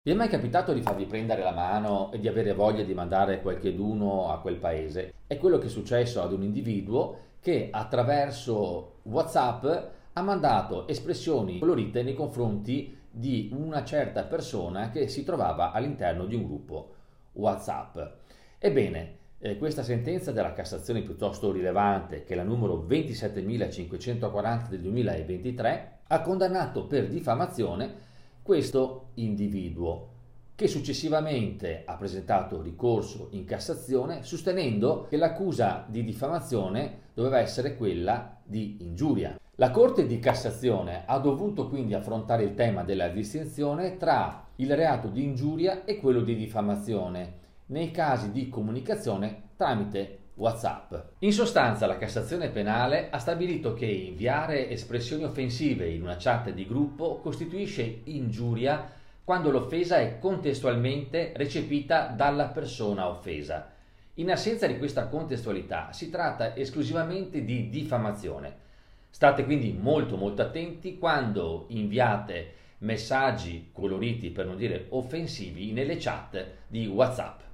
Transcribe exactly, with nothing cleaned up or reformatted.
Vi è mai capitato di farvi prendere la mano e di avere voglia di mandare qualcheduno a quel paese? È quello che è successo ad un individuo che attraverso WhatsApp ha mandato espressioni colorite nei confronti di una certa persona che si trovava all'interno di un gruppo WhatsApp. Ebbene, eh, questa sentenza della Cassazione piuttosto rilevante, che è la numero ventisettemilacinquecentoquaranta del duemilaventitré, ha condannato per diffamazione questo individuo, che successivamente ha presentato ricorso in Cassazione sostenendo che l'accusa di diffamazione doveva essere quella di ingiuria. La Corte di Cassazione ha dovuto quindi affrontare il tema della distinzione tra il reato di ingiuria e quello di diffamazione nei casi di comunicazione tramite WhatsApp. In sostanza, la Cassazione penale ha stabilito che inviare espressioni offensive in una chat di gruppo costituisce ingiuria quando l'offesa è contestualmente recepita dalla persona offesa. In assenza di questa contestualità si tratta esclusivamente di diffamazione. State quindi molto molto attenti quando inviate messaggi coloriti, per non dire offensivi, nelle chat di WhatsApp.